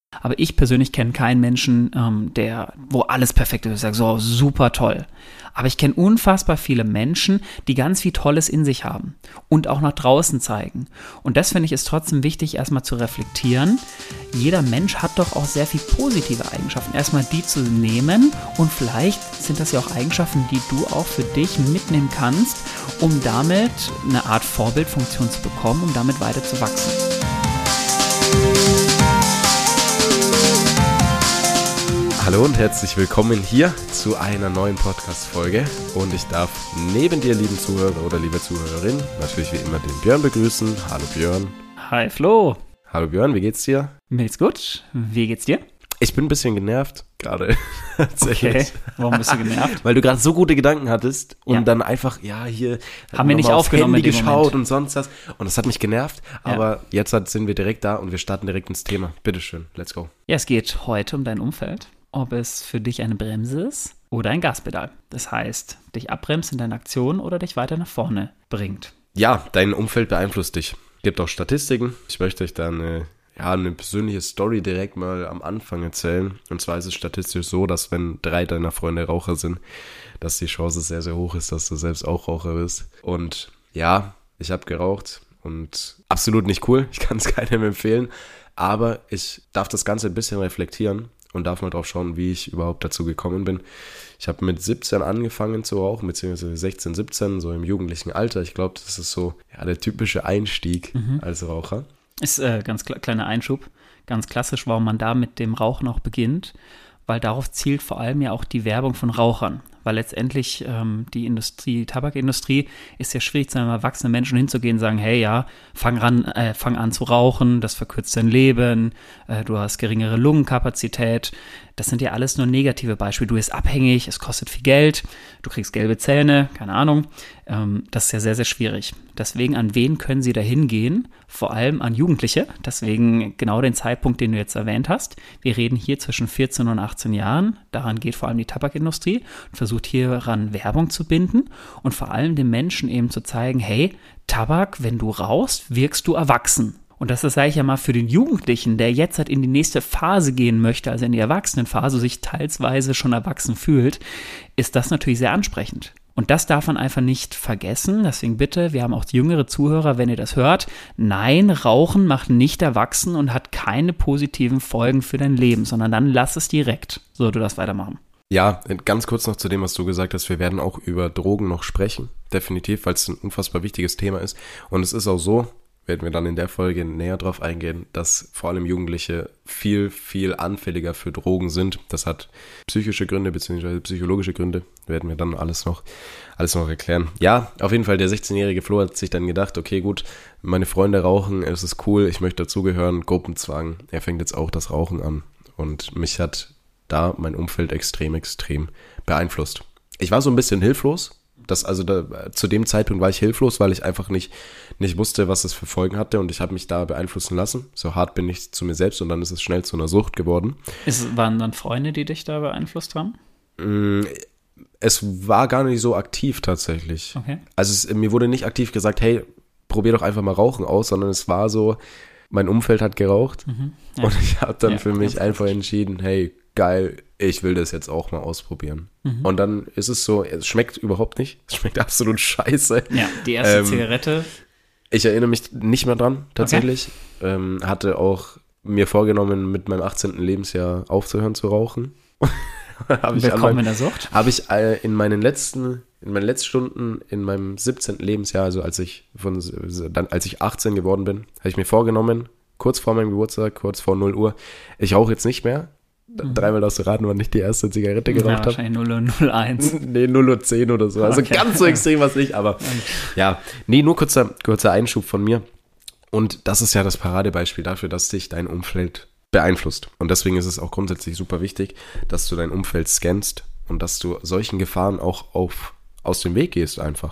Aber ich persönlich kenne keinen Menschen, wo alles perfekt ist. Ich sage so, super toll. Aber ich kenne unfassbar viele Menschen, die ganz viel Tolles in sich haben und auch nach draußen zeigen. Und das finde ich ist trotzdem wichtig, erstmal zu reflektieren. Jeder Mensch hat doch auch sehr viel positive Eigenschaften. Erstmal die zu nehmen und vielleicht sind das ja auch Eigenschaften, die du auch für dich mitnehmen kannst, um damit eine Art Vorbildfunktion zu bekommen, um damit weiter zu wachsen. Hallo und herzlich willkommen hier zu einer neuen Podcast-Folge und ich darf neben dir, lieben Zuhörer oder liebe Zuhörerin, natürlich wie immer den Björn begrüßen. Hallo Björn. Hi Flo. Hallo Björn, wie geht's dir? Mir geht's gut. Wie geht's dir? Ich bin ein bisschen genervt gerade. Okay, warum bist du genervt? Weil du gerade so gute Gedanken hattest und dann einfach, haben wir nicht aufgenommen Handy in dem geschaut Moment. Und sonst was. Und das hat mich genervt, aber jetzt sind wir direkt da und wir starten direkt ins Thema. Bitteschön, let's go. Ja, es geht heute um dein Umfeld. Ob es für dich eine Bremse ist oder ein Gaspedal. Das heißt, dich abbremst in deiner Aktion oder dich weiter nach vorne bringt. Ja, dein Umfeld beeinflusst dich. Gibt auch Statistiken. Ich möchte euch da eine persönliche Story direkt mal am Anfang erzählen. Und zwar ist es statistisch so, dass wenn 3 deiner Freunde Raucher sind, dass die Chance sehr, sehr hoch ist, dass du selbst auch Raucher bist. Und ja, ich habe geraucht und absolut nicht cool. Ich kann es keinem empfehlen. Aber ich darf das Ganze ein bisschen reflektieren und darf mal drauf schauen, wie ich überhaupt dazu gekommen bin. Ich habe mit 17 angefangen zu rauchen, beziehungsweise 16, 17, so im jugendlichen Alter. Ich glaube, das ist so der typische Einstieg als Raucher. Ist ganz kleiner Einschub, ganz klassisch, warum man da mit dem Rauchen auch beginnt, weil darauf zielt vor allem ja auch die Werbung von Rauchern. Weil letztendlich die Tabakindustrie ist ja schwierig, zu einem erwachsenen Menschen hinzugehen und sagen, hey ja, fang an zu rauchen, das verkürzt dein Leben, du hast geringere Lungenkapazität. Das sind ja alles nur negative Beispiele. Du bist abhängig, es kostet viel Geld, du kriegst gelbe Zähne, keine Ahnung. Das ist ja sehr, sehr schwierig. Deswegen, an wen können sie da hingehen? Vor allem an Jugendliche. Deswegen genau den Zeitpunkt, den du jetzt erwähnt hast. Wir reden hier zwischen 14 und 18 Jahren. Daran geht vor allem die Tabakindustrie und versucht hieran Werbung zu binden und vor allem den Menschen eben zu zeigen, hey, Tabak, wenn du rauchst, wirkst du erwachsen. Und das ist, sage ich ja mal, für den Jugendlichen, der jetzt halt in die nächste Phase gehen möchte, also in die Erwachsenenphase, sich teilsweise schon erwachsen fühlt, ist das natürlich sehr ansprechend. Und das darf man einfach nicht vergessen. Deswegen bitte, wir haben auch jüngere Zuhörer, wenn ihr das hört, nein, Rauchen macht nicht erwachsen und hat keine positiven Folgen für dein Leben, sondern dann lass es direkt. So, du darfst weitermachen. Ja, ganz kurz noch zu dem, was du gesagt hast. Wir werden auch über Drogen noch sprechen, definitiv, weil es ein unfassbar wichtiges Thema ist. Und es ist auch so, werden wir dann in der Folge näher drauf eingehen, dass vor allem Jugendliche viel, viel anfälliger für Drogen sind. Das hat psychische Gründe bzw. psychologische Gründe. Werden wir dann alles noch erklären. Ja, auf jeden Fall, der 16-jährige Flo hat sich dann gedacht, okay, gut, meine Freunde rauchen, es ist cool, ich möchte dazugehören, Gruppenzwang. Er fängt jetzt auch das Rauchen an. Und mich hat da mein Umfeld extrem, extrem beeinflusst. Ich war so ein bisschen hilflos. Zu dem Zeitpunkt war ich hilflos, weil ich einfach nicht wusste, was es für Folgen hatte und ich habe mich da beeinflussen lassen. So hart bin ich zu mir selbst und dann ist es schnell zu einer Sucht geworden. Waren dann Freunde, die dich da beeinflusst haben? Es war gar nicht so aktiv tatsächlich. Okay. Also mir wurde nicht aktiv gesagt, hey, probier doch einfach mal Rauchen aus, sondern es war so, mein Umfeld hat geraucht und ich habe dann für mich einfach entschieden, hey, geil, ich will das jetzt auch mal ausprobieren. Und dann ist es so, es schmeckt überhaupt nicht. Es schmeckt absolut scheiße. Ja, die erste Zigarette. Ich erinnere mich nicht mehr dran, tatsächlich. Okay. Hatte auch mir vorgenommen, mit meinem 18. Lebensjahr aufzuhören zu rauchen. Willkommen in der Sucht. Habe ich in meinen letzten Stunden in meinem 17. Lebensjahr, also als ich 18 geworden bin, habe ich mir vorgenommen, kurz vor meinem Geburtstag, kurz vor 0 Uhr, ich rauche jetzt nicht mehr. Dreimal darfst du raten, wann ich die erste Zigarette geraucht habe. Wahrscheinlich 0:01. Nee, 0:10 oder so. Also ganz so extrem was nicht, aber nur kurzer Einschub von mir. Und das ist ja das Paradebeispiel dafür, dass dich dein Umfeld beeinflusst. Und deswegen ist es auch grundsätzlich super wichtig, dass du dein Umfeld scannst und dass du solchen Gefahren auch aus dem Weg gehst einfach.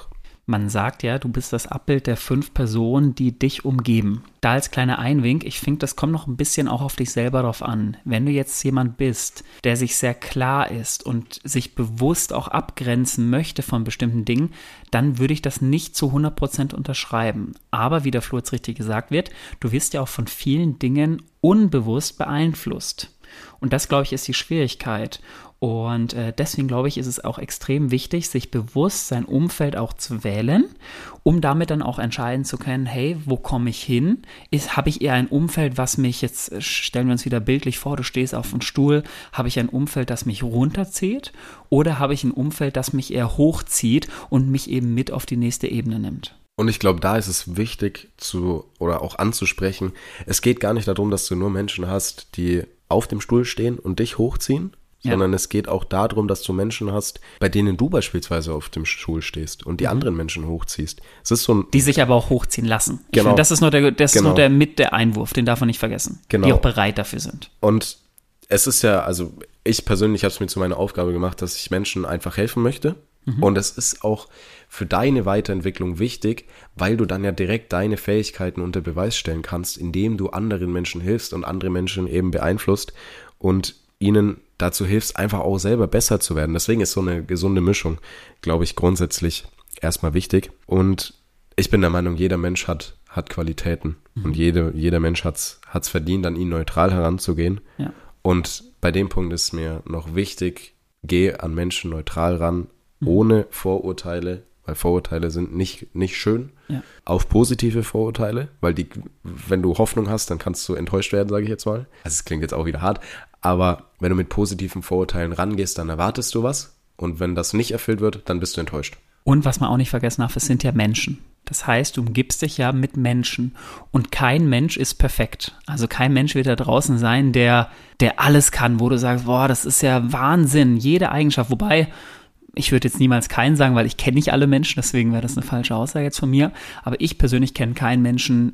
Man sagt ja, du bist das Abbild der 5 Personen, die dich umgeben. Da als kleiner Einwink, ich finde, das kommt noch ein bisschen auch auf dich selber drauf an. Wenn du jetzt jemand bist, der sich sehr klar ist und sich bewusst auch abgrenzen möchte von bestimmten Dingen, dann würde ich das nicht zu 100% unterschreiben. Aber wie der Flo jetzt richtig gesagt wird, du wirst ja auch von vielen Dingen unbewusst beeinflusst. Und das, glaube ich, ist die Schwierigkeit. Und deswegen, glaube ich, ist es auch extrem wichtig, sich bewusst sein Umfeld auch zu wählen, um damit dann auch entscheiden zu können, hey, wo komme ich hin? Habe ich eher ein Umfeld, was mich jetzt, stellen wir uns wieder bildlich vor, du stehst auf einem Stuhl, habe ich ein Umfeld, das mich runterzieht? Oder habe ich ein Umfeld, das mich eher hochzieht und mich eben mit auf die nächste Ebene nimmt? Und ich glaube, da ist es wichtig oder auch anzusprechen, es geht gar nicht darum, dass du nur Menschen hast, die auf dem Stuhl stehen und dich hochziehen, sondern es geht auch darum, dass du Menschen hast, bei denen du beispielsweise auf dem Stuhl stehst und die anderen Menschen hochziehst. Es ist die sich aber auch hochziehen lassen. Genau. Ich finde, das ist nur der Einwurf, den darf man nicht vergessen. Genau. Die auch bereit dafür sind. Und es ist ja, also ich persönlich habe es mir zu meiner Aufgabe gemacht, dass ich Menschen einfach helfen möchte. Und es ist auch für deine Weiterentwicklung wichtig, weil du dann ja direkt deine Fähigkeiten unter Beweis stellen kannst, indem du anderen Menschen hilfst und andere Menschen eben beeinflusst und ihnen dazu hilfst, einfach auch selber besser zu werden. Deswegen ist so eine gesunde Mischung, glaube ich, grundsätzlich erstmal wichtig. Und ich bin der Meinung, jeder Mensch hat Qualitäten und jeder Mensch hat's verdient, an ihn neutral heranzugehen. Ja. Und bei dem Punkt ist mir noch wichtig, geh an Menschen neutral ran, ohne Vorurteile, weil Vorurteile sind nicht schön. Ja. Auf positive Vorurteile, weil wenn du Hoffnung hast, dann kannst du enttäuscht werden, sage ich jetzt mal. Also es klingt jetzt auch wieder hart, aber wenn du mit positiven Vorurteilen rangehst, dann erwartest du was und wenn das nicht erfüllt wird, dann bist du enttäuscht. Und was man auch nicht vergessen darf, es sind ja Menschen. Das heißt, du umgibst dich ja mit Menschen und kein Mensch ist perfekt. Also kein Mensch wird da draußen sein, der alles kann, wo du sagst, boah, das ist ja Wahnsinn, jede Eigenschaft, wobei ich würde jetzt niemals keinen sagen, weil ich kenne nicht alle Menschen, deswegen wäre das eine falsche Aussage jetzt von mir. Aber ich persönlich kenne keinen Menschen,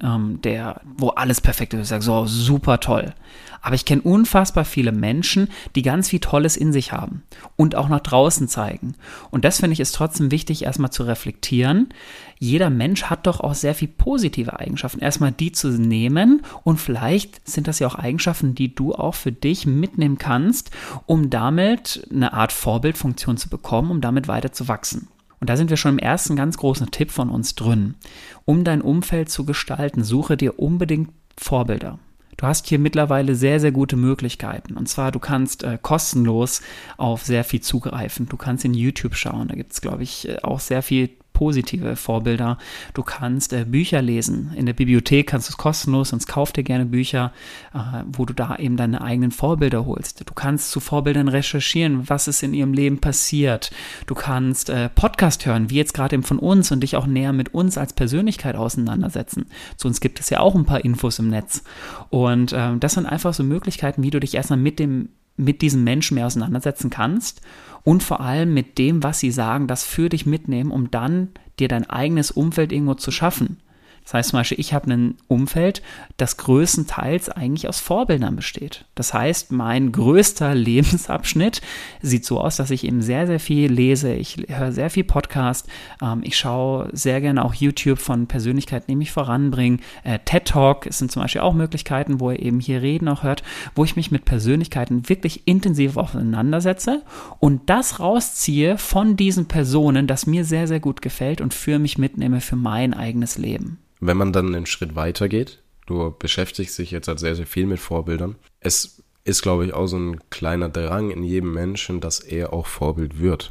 wo alles perfekt ist. Ich sage so, super toll. Aber ich kenne unfassbar viele Menschen, die ganz viel Tolles in sich haben und auch nach draußen zeigen. Und das finde ich ist trotzdem wichtig, erstmal zu reflektieren. Jeder Mensch hat doch auch sehr viel positive Eigenschaften. Erstmal die zu nehmen und vielleicht sind das ja auch Eigenschaften, die du auch für dich mitnehmen kannst, um damit eine Art Vorbildfunktion zu bekommen, um damit weiter zu wachsen. Und da sind wir schon im ersten ganz großen Tipp von uns drin. Um dein Umfeld zu gestalten, suche dir unbedingt Vorbilder. Du hast hier mittlerweile sehr, sehr gute Möglichkeiten. Und zwar, du kannst kostenlos auf sehr viel zugreifen. Du kannst in YouTube schauen. Da gibt es, glaube ich, auch sehr viel positive Vorbilder. Du kannst Bücher lesen. In der Bibliothek kannst du es kostenlos, sonst kauf dir gerne Bücher, wo du da eben deine eigenen Vorbilder holst. Du kannst zu Vorbildern recherchieren, was ist in ihrem Leben passiert. Du kannst Podcast hören, wie jetzt gerade eben von uns und dich auch näher mit uns als Persönlichkeit auseinandersetzen. Zu uns gibt es ja auch ein paar Infos im Netz. Und das sind einfach so Möglichkeiten, wie du dich erstmal mit diesen Menschen mehr auseinandersetzen kannst und vor allem mit dem, was sie sagen, das für dich mitnehmen, um dann dir dein eigenes Umfeld irgendwo zu schaffen. Das heißt zum Beispiel, ich habe ein Umfeld, das größtenteils eigentlich aus Vorbildern besteht. Das heißt, mein größter Lebensabschnitt sieht so aus, dass ich eben sehr, sehr viel lese. Ich höre sehr viel Podcast. Ich schaue sehr gerne auch YouTube von Persönlichkeiten, die mich voranbringen. TED Talk sind zum Beispiel auch Möglichkeiten, wo ihr eben hier Reden auch hört, wo ich mich mit Persönlichkeiten wirklich intensiv auseinandersetze und das rausziehe von diesen Personen, das mir sehr, sehr gut gefällt und für mich mitnehme für mein eigenes Leben. Wenn man dann einen Schritt weiter geht, du beschäftigst dich jetzt halt sehr, sehr viel mit Vorbildern. Es ist, glaube ich, auch so ein kleiner Drang in jedem Menschen, dass er auch Vorbild wird.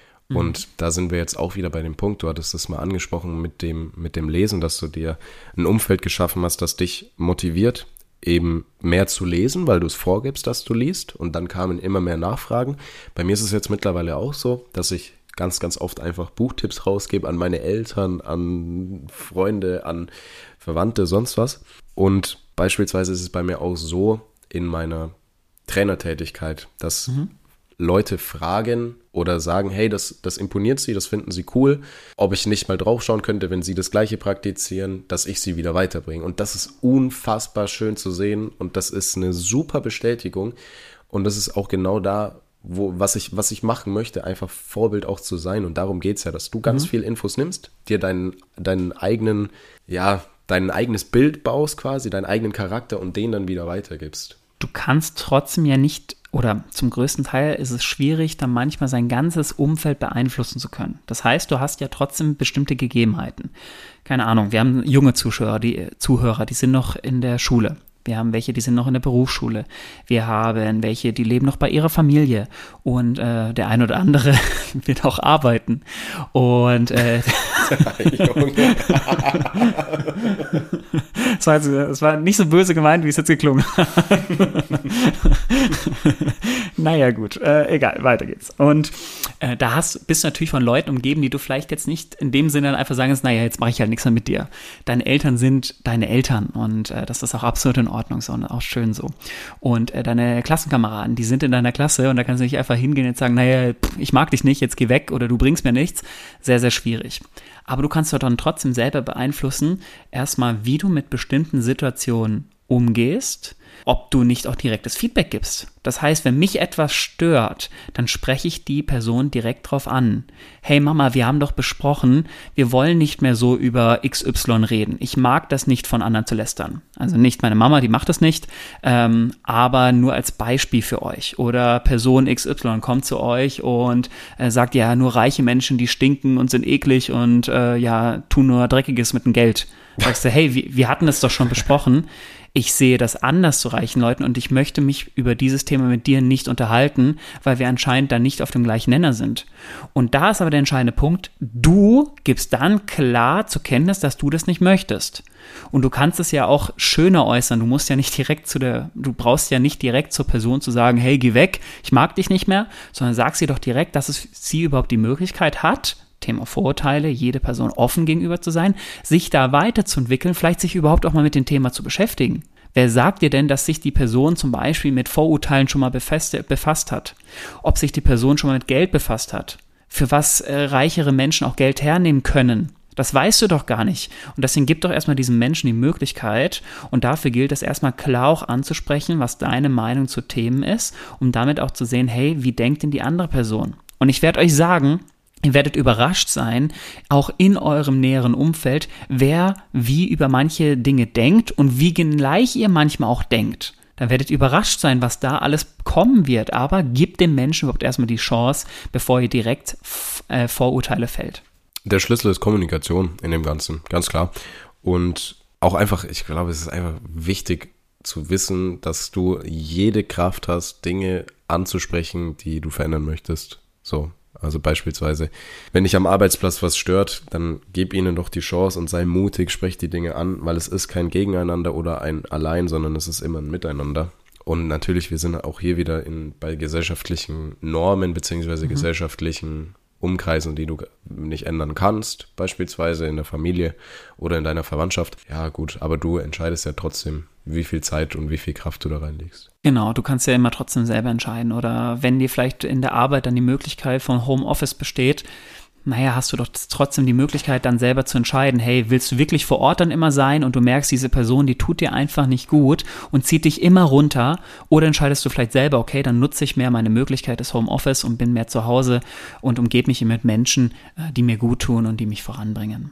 Und da sind wir jetzt auch wieder bei dem Punkt, du hattest das mal angesprochen mit dem Lesen, dass du dir ein Umfeld geschaffen hast, das dich motiviert, eben mehr zu lesen, weil du es vorgibst, dass du liest. Und dann kamen immer mehr Nachfragen. Bei mir ist es jetzt mittlerweile auch so, dass ich ganz, ganz oft einfach Buchtipps rausgebe an meine Eltern, an Freunde, an Verwandte, sonst was. Und beispielsweise ist es bei mir auch so in meiner Trainertätigkeit, dass Leute fragen oder sagen, hey, das imponiert sie, das finden sie cool, ob ich nicht mal draufschauen könnte, wenn sie das Gleiche praktizieren, dass ich sie wieder weiterbringe. Und das ist unfassbar schön zu sehen und das ist eine super Bestätigung und das ist auch genau da, was ich machen möchte, einfach Vorbild auch zu sein. Und darum geht's ja, dass du ganz viel Infos nimmst, dir dein eigenes Bild baust quasi, deinen eigenen Charakter und den dann wieder weitergibst. Du kannst trotzdem ja nicht, oder zum größten Teil ist es schwierig, dann manchmal sein ganzes Umfeld beeinflussen zu können. Das heißt, du hast ja trotzdem bestimmte Gegebenheiten. Keine Ahnung, wir haben junge Zuhörer, die sind noch in der Schule. Wir haben welche, die sind noch in der Berufsschule. Wir haben welche, die leben noch bei ihrer Familie. Und der ein oder andere wird auch arbeiten. Und das war nicht so böse gemeint, wie es jetzt geklungen hat. Naja, gut. Egal, weiter geht's. Und da bist du natürlich von Leuten umgeben, die du vielleicht jetzt nicht in dem Sinne einfach sagen kannst, naja, jetzt mache ich halt nichts mehr mit dir. Deine Eltern sind deine Eltern und das ist auch absolut in Ordnung, sondern auch schön so. Und deine Klassenkameraden, die sind in deiner Klasse und da kannst du nicht einfach hingehen und sagen, naja, ich mag dich nicht, jetzt geh weg oder du bringst mir nichts. Sehr, sehr schwierig. Aber du kannst doch dann trotzdem selber beeinflussen, erstmal, wie du mit bestimmten Situationen umgehst, ob du nicht auch direktes Feedback gibst. Das heißt, wenn mich etwas stört, dann spreche ich die Person direkt drauf an. Hey Mama, wir haben doch besprochen, wir wollen nicht mehr so über XY reden. Ich mag das nicht, von anderen zu lästern. Also nicht meine Mama, die macht das nicht, aber nur als Beispiel für euch. Oder Person XY kommt zu euch und sagt, ja, nur reiche Menschen, die stinken und sind eklig und tun nur Dreckiges mit dem Geld. Sagst du, hey, wir hatten das doch schon besprochen. Ich sehe das anders zu reichen Leuten und ich möchte mich über dieses Thema mit dir nicht unterhalten, weil wir anscheinend dann nicht auf dem gleichen Nenner sind. Und da ist aber der entscheidende Punkt, du gibst dann klar zur Kenntnis, dass du das nicht möchtest. Und du kannst es ja auch schöner äußern, du brauchst ja nicht direkt zur Person zu sagen, hey, geh weg, ich mag dich nicht mehr, sondern sag sie doch direkt, dass sie überhaupt die Möglichkeit hat, Thema Vorurteile, jede Person offen gegenüber zu sein, sich da weiterzuentwickeln, vielleicht sich überhaupt auch mal mit dem Thema zu beschäftigen. Wer sagt dir denn, dass sich die Person zum Beispiel mit Vorurteilen schon mal befasst hat? Ob sich die Person schon mal mit Geld befasst hat? Für was reichere Menschen auch Geld hernehmen können? Das weißt du doch gar nicht. Und deswegen gib doch erstmal diesen Menschen die Möglichkeit und dafür gilt es erstmal klar auch anzusprechen, was deine Meinung zu Themen ist, um damit auch zu sehen, hey, wie denkt denn die andere Person? Und ich werde euch sagen, ihr werdet überrascht sein, auch in eurem näheren Umfeld, wer wie über manche Dinge denkt und wie gleich ihr manchmal auch denkt. Dann werdet ihr überrascht sein, was da alles kommen wird. Aber gebt dem Menschen überhaupt erstmal die Chance, bevor ihr direkt Vorurteile fällt. Der Schlüssel ist Kommunikation in dem Ganzen, ganz klar. Und auch einfach, ich glaube, es ist einfach wichtig zu wissen, dass du jede Kraft hast, Dinge anzusprechen, die du verändern möchtest. So. Also beispielsweise, wenn dich am Arbeitsplatz was stört, dann gib ihnen doch die Chance und sei mutig, sprech die Dinge an, weil es ist kein Gegeneinander oder ein Allein, sondern es ist immer ein Miteinander. Und natürlich, wir sind auch hier wieder bei gesellschaftlichen Normen beziehungsweise gesellschaftlichen Umkreisen, die du nicht ändern kannst, beispielsweise in der Familie oder in deiner Verwandtschaft. Ja gut, aber du entscheidest ja trotzdem, wie viel Zeit und wie viel Kraft du da reinlegst. Genau, du kannst ja immer trotzdem selber entscheiden. Oder wenn dir vielleicht in der Arbeit dann die Möglichkeit von Homeoffice besteht, naja, hast du doch trotzdem die Möglichkeit, dann selber zu entscheiden, hey, willst du wirklich vor Ort dann immer sein und du merkst, diese Person, die tut dir einfach nicht gut und zieht dich immer runter, oder entscheidest du vielleicht selber, okay, dann nutze ich mehr meine Möglichkeit des Homeoffice und bin mehr zu Hause und umgebe mich mit Menschen, die mir gut tun und die mich voranbringen.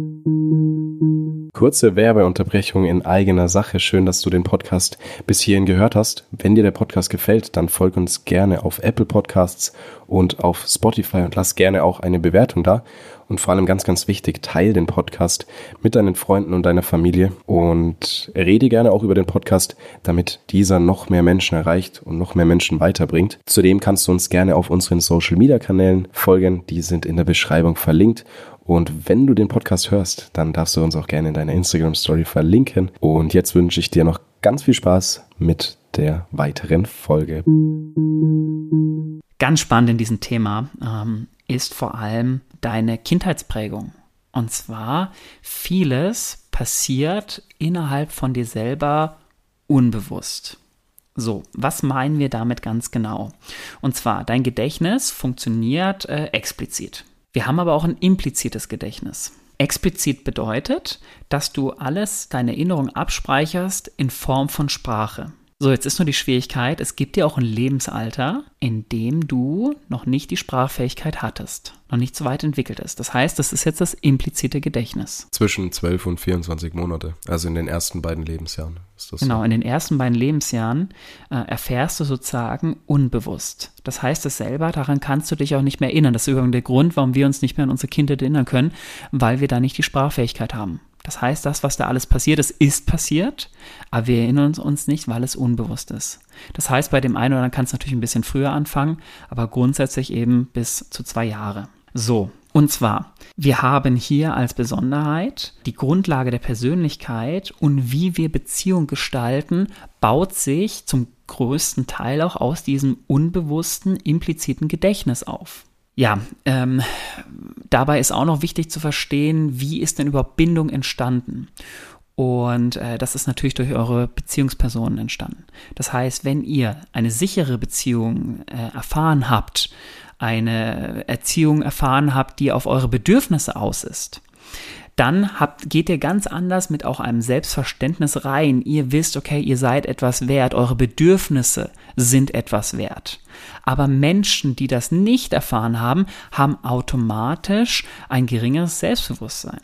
Kurze Werbeunterbrechung in eigener Sache. Schön, dass du den Podcast bis hierhin gehört hast. Wenn dir der Podcast gefällt, dann folg uns gerne auf Apple Podcasts und auf Spotify und lass gerne auch eine Bewertung da. Und vor allem ganz, ganz wichtig, teil den Podcast mit deinen Freunden und deiner Familie und rede gerne auch über den Podcast, damit dieser noch mehr Menschen erreicht und noch mehr Menschen weiterbringt. Zudem kannst du uns gerne auf unseren Social-Media-Kanälen folgen. Die sind in der Beschreibung verlinkt. Und wenn du den Podcast hörst, dann darfst du uns auch gerne in deiner Instagram-Story verlinken. Und jetzt wünsche ich dir noch ganz viel Spaß mit der weiteren Folge. Ganz spannend in diesem Thema ist vor allem deine Kindheitsprägung. Und zwar, vieles passiert innerhalb von dir selber unbewusst. So, was meinen wir damit ganz genau? Und zwar, dein Gedächtnis funktioniert explizit. Wir haben aber auch ein implizites Gedächtnis. Explizit bedeutet, dass du deine Erinnerung abspeicherst in Form von Sprache. So, jetzt ist nur die Schwierigkeit, es gibt ja auch ein Lebensalter, in dem du noch nicht die Sprachfähigkeit hattest, noch nicht so weit entwickelt ist. Das heißt, das ist jetzt das implizite Gedächtnis. Zwischen 12 und 24 Monate, also in den ersten beiden Lebensjahren. Ist das Genau, so? in den ersten beiden Lebensjahren erfährst du sozusagen unbewusst. Das heißt, das selber, daran kannst du dich auch nicht mehr erinnern. Das ist übrigens der Grund, warum wir uns nicht mehr an unsere Kindheit erinnern können, weil wir da nicht die Sprachfähigkeit haben. Das heißt, das, was da alles passiert ist passiert, aber wir erinnern uns nicht, weil es unbewusst ist. Das heißt, bei dem einen oder anderen kann es natürlich ein bisschen früher anfangen, aber grundsätzlich eben bis zu 2 Jahre. So, und zwar, wir haben hier als Besonderheit die Grundlage der Persönlichkeit und wie wir Beziehung gestalten, baut sich zum größten Teil auch aus diesem unbewussten, impliziten Gedächtnis auf. Ja, dabei ist auch noch wichtig zu verstehen, wie ist denn überhaupt Bindung entstanden? Und das ist natürlich durch eure Beziehungspersonen entstanden. Das heißt, wenn ihr eine sichere Beziehung erfahren habt, eine Erziehung erfahren habt, die auf eure Bedürfnisse aus ist, dann geht ihr ganz anders mit auch einem Selbstverständnis rein. Ihr wisst, okay, ihr seid etwas wert, eure Bedürfnisse sind etwas wert. Aber Menschen, die das nicht erfahren haben, haben automatisch ein geringeres Selbstbewusstsein.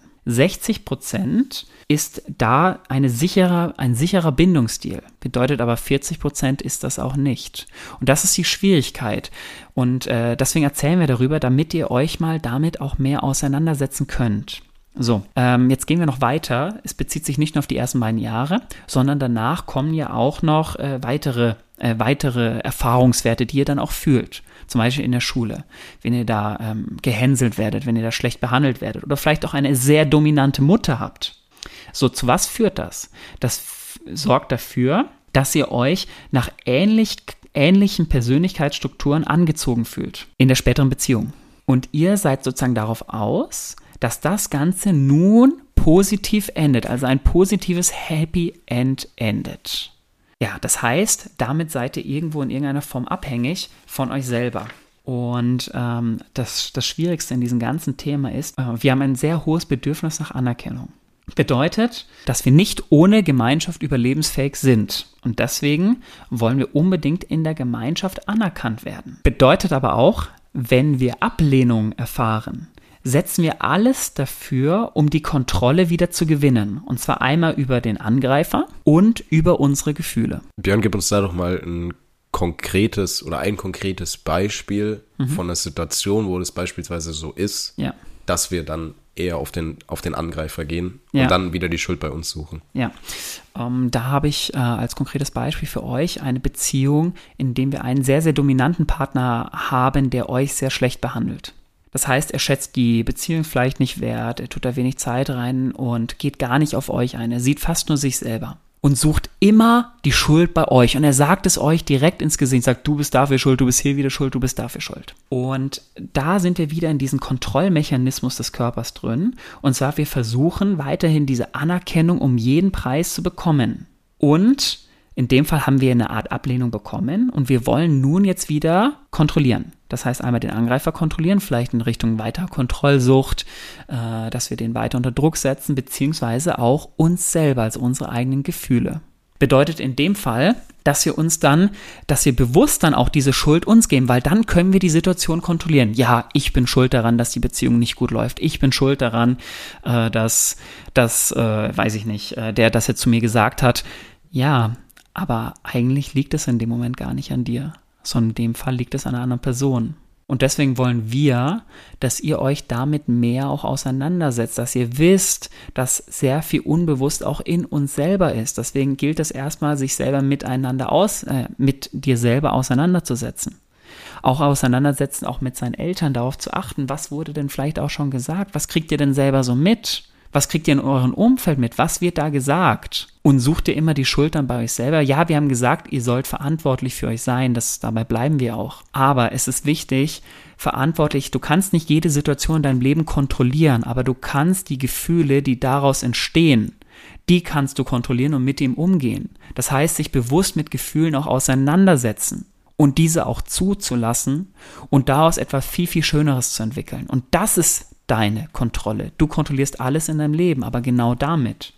60% ist da ein sicherer Bindungsstil. Bedeutet aber 40% ist das auch nicht. Und das ist die Schwierigkeit. Und deswegen erzählen wir darüber, damit ihr euch mal damit auch mehr auseinandersetzen könnt. So, jetzt gehen wir noch weiter. Es bezieht sich nicht nur auf die ersten beiden Jahre, sondern danach kommen ja auch noch weitere Erfahrungswerte, die ihr dann auch fühlt. Zum Beispiel in der Schule, wenn ihr da gehänselt werdet, wenn ihr da schlecht behandelt werdet oder vielleicht auch eine sehr dominante Mutter habt. So, zu was führt das? Das sorgt dafür, dass ihr euch nach ähnlichen Persönlichkeitsstrukturen angezogen fühlt in der späteren Beziehung. Und ihr seid sozusagen darauf aus, dass das Ganze nun positiv endet, also ein positives Happy End endet. Ja, das heißt, damit seid ihr irgendwo in irgendeiner Form abhängig von euch selber. Und das Schwierigste in diesem ganzen Thema ist, wir haben ein sehr hohes Bedürfnis nach Anerkennung. Bedeutet, dass wir nicht ohne Gemeinschaft überlebensfähig sind. Und deswegen wollen wir unbedingt in der Gemeinschaft anerkannt werden. Bedeutet aber auch, wenn wir Ablehnung erfahren, setzen wir alles dafür, um die Kontrolle wieder zu gewinnen. Und zwar einmal über den Angreifer und über unsere Gefühle. Björn, gib uns da doch mal ein konkretes Beispiel von einer Situation, wo das beispielsweise so ist, dass wir dann eher auf den Angreifer gehen und dann wieder die Schuld bei uns suchen. Ja, da habe ich als konkretes Beispiel für euch eine Beziehung, in der wir einen sehr, sehr dominanten Partner haben, der euch sehr schlecht behandelt. Das heißt, er schätzt die Beziehung vielleicht nicht wert, er tut da wenig Zeit rein und geht gar nicht auf euch ein. Er sieht fast nur sich selber und sucht immer die Schuld bei euch. Und er sagt es euch direkt ins Gesicht, sagt, du bist dafür schuld, du bist hier wieder schuld, du bist dafür schuld. Und da sind wir wieder in diesem Kontrollmechanismus des Körpers drin. Und zwar, wir versuchen weiterhin diese Anerkennung um jeden Preis zu bekommen. Und in dem Fall haben wir eine Art Ablehnung bekommen und wir wollen nun jetzt wieder kontrollieren. Das heißt, einmal den Angreifer kontrollieren, vielleicht in Richtung weiter Kontrollsucht, dass wir den weiter unter Druck setzen, beziehungsweise auch uns selber, also unsere eigenen Gefühle. Bedeutet in dem Fall, dass wir bewusst dann auch diese Schuld uns geben, weil dann können wir die Situation kontrollieren. Ja, ich bin schuld daran, dass die Beziehung nicht gut läuft. Ich bin schuld daran, dass weiß ich nicht, der das jetzt zu mir gesagt hat. Ja, aber eigentlich liegt es in dem Moment gar nicht an dir, sondern in dem Fall liegt es an einer anderen Person. Und deswegen wollen wir, dass ihr euch damit mehr auch auseinandersetzt, dass ihr wisst, dass sehr viel unbewusst auch in uns selber ist. Deswegen gilt es erstmal, sich selber mit dir selber auseinanderzusetzen. Auch auseinandersetzen, auch mit seinen Eltern, darauf zu achten, was wurde denn vielleicht auch schon gesagt, was kriegt ihr denn selber so mit? Was kriegt ihr in eurem Umfeld mit? Was wird da gesagt? Und sucht ihr immer die Schuld dann bei euch selber? Ja, wir haben gesagt, ihr sollt verantwortlich für euch sein. Dabei bleiben wir auch. Aber es ist wichtig, du kannst nicht jede Situation in deinem Leben kontrollieren, aber du kannst die Gefühle, die daraus entstehen, die kannst du kontrollieren und mit ihm umgehen. Das heißt, sich bewusst mit Gefühlen auch auseinandersetzen und diese auch zuzulassen und daraus etwas viel, viel Schöneres zu entwickeln. Und das ist deine Kontrolle. Du kontrollierst alles in deinem Leben, aber genau damit.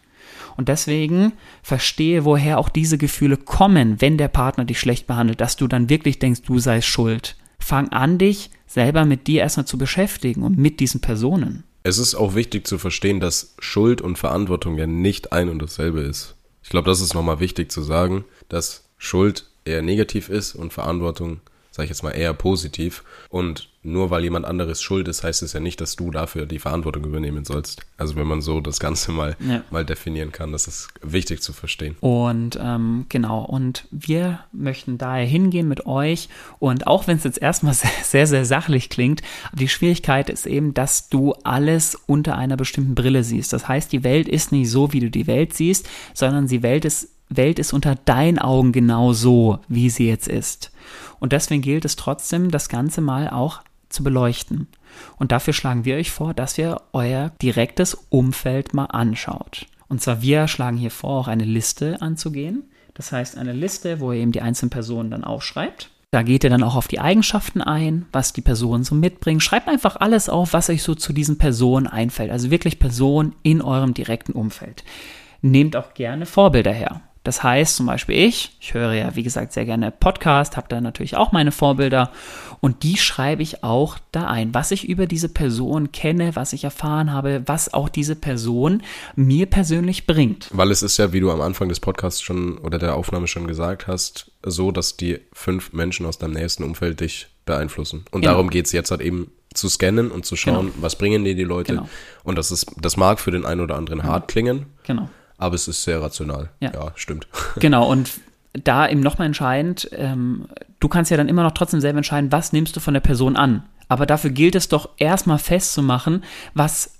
Und deswegen verstehe, woher auch diese Gefühle kommen, wenn der Partner dich schlecht behandelt, dass du dann wirklich denkst, du seist schuld. Fang an, dich selber mit dir erstmal zu beschäftigen und mit diesen Personen. Es ist auch wichtig zu verstehen, dass Schuld und Verantwortung ja nicht ein und dasselbe ist. Ich glaube, das ist nochmal wichtig zu sagen, dass Schuld eher negativ ist und Verantwortung, sage ich jetzt mal, eher positiv. Und nur weil jemand anderes schuld ist, heißt es ja nicht, dass du dafür die Verantwortung übernehmen sollst. Also wenn man so das Ganze mal definieren kann, das ist wichtig zu verstehen. Und genau, und wir möchten daher hingehen mit euch und auch wenn es jetzt erstmal sehr, sehr sachlich klingt, die Schwierigkeit ist eben, dass du alles unter einer bestimmten Brille siehst. Das heißt, die Welt ist nicht so, wie du die Welt siehst, sondern die Welt ist unter deinen Augen genau so, wie sie jetzt ist. Und deswegen gilt es trotzdem, das Ganze mal auch zu beleuchten. Und dafür schlagen wir euch vor, dass ihr euer direktes Umfeld mal anschaut. Und zwar wir schlagen hier vor, auch eine Liste anzugehen. Das heißt, eine Liste, wo ihr eben die einzelnen Personen dann aufschreibt. Da geht ihr dann auch auf die Eigenschaften ein, was die Personen so mitbringen. Schreibt einfach alles auf, was euch so zu diesen Personen einfällt. Also wirklich Personen in eurem direkten Umfeld. Nehmt auch gerne Vorbilder her. Das heißt zum Beispiel ich höre ja, wie gesagt, sehr gerne Podcast, habe da natürlich auch meine Vorbilder und die schreibe ich auch da ein, was ich über diese Person kenne, was ich erfahren habe, was auch diese Person mir persönlich bringt. Weil es ist ja, wie du am Anfang des Podcasts schon oder der Aufnahme schon gesagt hast, so, dass die 5 Menschen aus deinem nächsten Umfeld dich beeinflussen. Und darum geht es jetzt halt eben zu scannen und zu schauen, was bringen dir die Leute. Genau. Und das mag für den einen oder anderen hart klingen. Genau. Aber es ist sehr rational. Ja, stimmt. Genau, und da eben nochmal entscheidend, du kannst ja dann immer noch trotzdem selber entscheiden, was nimmst du von der Person an. Aber dafür gilt es doch erstmal festzumachen, was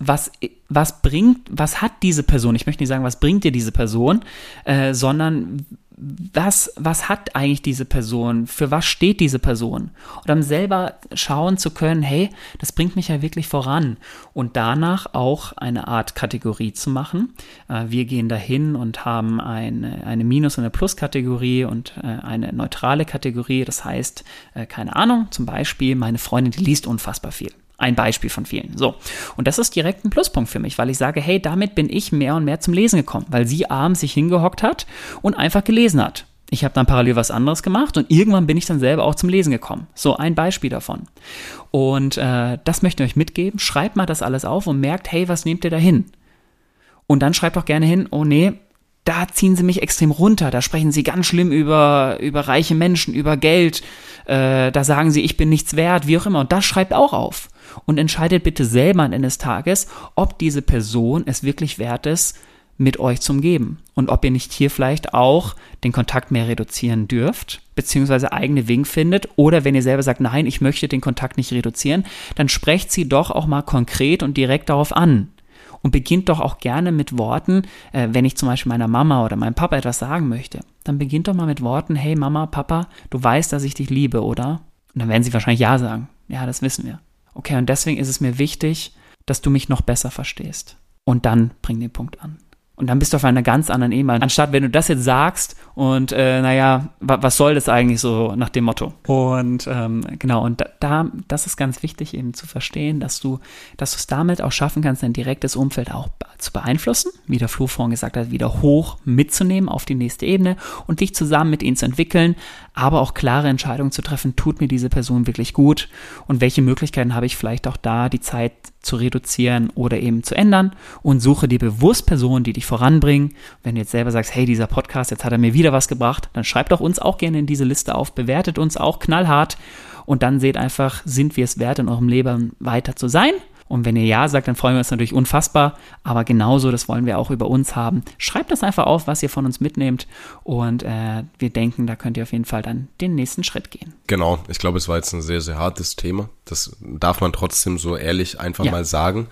hat diese Person, ich möchte nicht sagen, was bringt dir diese Person, sondern was hat eigentlich diese Person, für was steht diese Person? Und dann selber schauen zu können, hey, das bringt mich ja wirklich voran. Und danach auch eine Art Kategorie zu machen. Wir gehen dahin und haben eine Minus- und eine Plus-Kategorie und eine neutrale Kategorie. Das heißt, keine Ahnung, zum Beispiel, meine Freundin, die liest unfassbar viel. Ein Beispiel von vielen. So. Und das ist direkt ein Pluspunkt für mich, weil ich sage, hey, damit bin ich mehr und mehr zum Lesen gekommen, weil sie abends sich hingehockt hat und einfach gelesen hat. Ich habe dann parallel was anderes gemacht und irgendwann bin ich dann selber auch zum Lesen gekommen. So, ein Beispiel davon. Und das möchte ich euch mitgeben. Schreibt mal das alles auf und merkt, hey, was nehmt ihr da hin? Und dann schreibt auch gerne hin, oh nee, da ziehen sie mich extrem runter, da sprechen sie ganz schlimm über reiche Menschen, über Geld, da sagen sie, ich bin nichts wert, wie auch immer. Und das schreibt auch auf. Und entscheidet bitte selber am Ende des Tages, ob diese Person es wirklich wert ist, mit euch zu umgeben. Und ob ihr nicht hier vielleicht auch den Kontakt mehr reduzieren dürft, beziehungsweise eigene Wege findet. Oder wenn ihr selber sagt, nein, ich möchte den Kontakt nicht reduzieren, dann sprecht sie doch auch mal konkret und direkt darauf an. Und beginnt doch auch gerne mit Worten, wenn ich zum Beispiel meiner Mama oder meinem Papa etwas sagen möchte, dann beginnt doch mal mit Worten, hey Mama, Papa, du weißt, dass ich dich liebe, oder? Und dann werden sie wahrscheinlich ja sagen. Ja, das wissen wir. Okay, und deswegen ist es mir wichtig, dass du mich noch besser verstehst. Und dann bring den Punkt an. Und dann bist du auf einer ganz anderen Ebene. Anstatt, wenn du das jetzt sagst und was soll das eigentlich so nach dem Motto? Und genau, und das ist ganz wichtig eben zu verstehen, dass du es damit auch schaffen kannst, dein direktes Umfeld auch zu beeinflussen, wie der Flo vorhin gesagt hat, wieder hoch mitzunehmen auf die nächste Ebene und dich zusammen mit ihnen zu entwickeln, aber auch klare Entscheidungen zu treffen, tut mir diese Person wirklich gut und welche Möglichkeiten habe ich vielleicht auch da, die Zeit zu reduzieren oder eben zu ändern und suche dir bewusst Personen, die dich voranbringen. Wenn du jetzt selber sagst, hey, dieser Podcast, jetzt hat er mir wieder was gebracht, dann schreibt doch uns auch gerne in diese Liste auf, bewertet uns auch knallhart und dann seht einfach, sind wir es wert, in eurem Leben weiter zu sein? Und wenn ihr ja sagt, dann freuen wir uns natürlich unfassbar, aber genauso, das wollen wir auch über uns haben. Schreibt das einfach auf, was ihr von uns mitnehmt und wir denken, da könnt ihr auf jeden Fall dann den nächsten Schritt gehen. Genau, ich glaube, es war jetzt ein sehr, sehr hartes Thema. Das darf man trotzdem so ehrlich einfach mal sagen.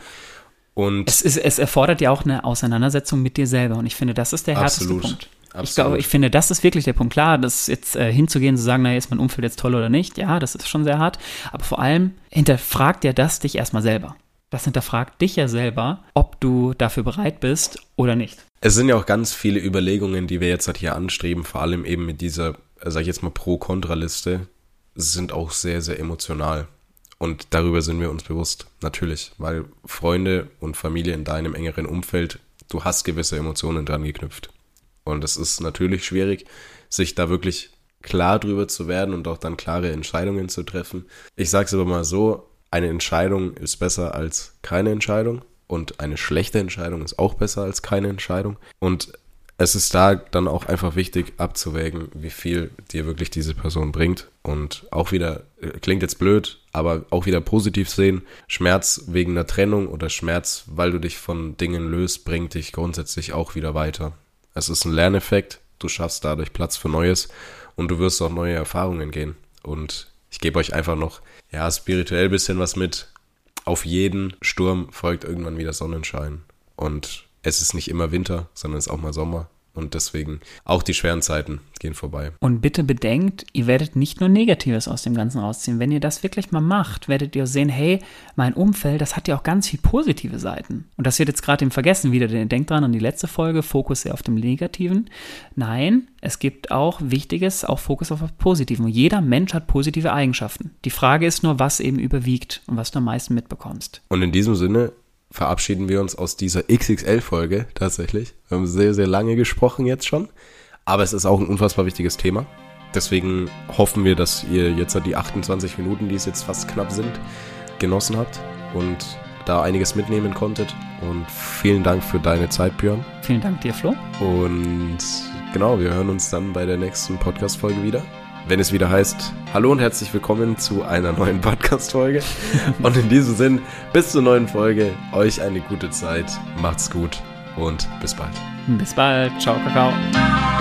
Und es erfordert ja auch eine Auseinandersetzung mit dir selber und ich finde, das ist der härteste Punkt. Ich finde, das ist wirklich der Punkt. Klar, das jetzt hinzugehen, zu sagen, ist mein Umfeld jetzt toll oder nicht, ja, das ist schon sehr hart, aber vor allem hinterfragt ja das dich erstmal selber. Das hinterfragt dich ja selber, ob du dafür bereit bist oder nicht. Es sind ja auch ganz viele Überlegungen, die wir jetzt halt hier anstreben, vor allem eben mit dieser, sag ich jetzt mal, Pro-Kontra-Liste, sind auch sehr, sehr emotional. Und darüber sind wir uns bewusst, natürlich, weil Freunde und Familie in deinem engeren Umfeld du hast gewisse Emotionen dran geknüpft. Und es ist natürlich schwierig, sich da wirklich klar drüber zu werden und auch dann klare Entscheidungen zu treffen. Ich sage es aber mal so, eine Entscheidung ist besser als keine Entscheidung und eine schlechte Entscheidung ist auch besser als keine Entscheidung. Und es ist da dann auch einfach wichtig abzuwägen, wie viel dir wirklich diese Person bringt. Und auch wieder, klingt jetzt blöd, aber auch wieder positiv sehen, Schmerz wegen einer Trennung oder Schmerz, weil du dich von Dingen löst, bringt dich grundsätzlich auch wieder weiter. Es ist ein Lerneffekt, du schaffst dadurch Platz für Neues und du wirst auch neue Erfahrungen gehen. Und ich gebe euch einfach noch, spirituell ein bisschen was mit. Auf jeden Sturm folgt irgendwann wieder Sonnenschein. Und es ist nicht immer Winter, sondern es ist auch mal Sommer. Und deswegen auch die schweren Zeiten gehen vorbei. Und bitte bedenkt, ihr werdet nicht nur Negatives aus dem Ganzen rausziehen. Wenn ihr das wirklich mal macht, werdet ihr sehen, hey, mein Umfeld, das hat ja auch ganz viel positive Seiten. Und das wird jetzt gerade im Vergessen wieder, denn denkt dran an die letzte Folge, Fokus sehr auf dem Negativen. Nein, es gibt auch Wichtiges, auch Fokus auf das Positive. Und jeder Mensch hat positive Eigenschaften. Die Frage ist nur, was eben überwiegt und was du am meisten mitbekommst. Und in diesem Sinne verabschieden wir uns aus dieser XXL-Folge tatsächlich. Wir haben sehr, sehr lange gesprochen jetzt schon, aber es ist auch ein unfassbar wichtiges Thema. Deswegen hoffen wir, dass ihr jetzt die 28 Minuten, die es jetzt fast knapp sind, genossen habt und da einiges mitnehmen konntet. Und vielen Dank für deine Zeit, Björn. Vielen Dank dir, Flo. Und genau, wir hören uns dann bei der nächsten Podcast-Folge wieder. Wenn es wieder heißt, hallo und herzlich willkommen zu einer neuen Podcast-Folge. Und in diesem Sinn, bis zur neuen Folge. Euch eine gute Zeit. Macht's gut und bis bald. Bis bald. Ciao, Kakao.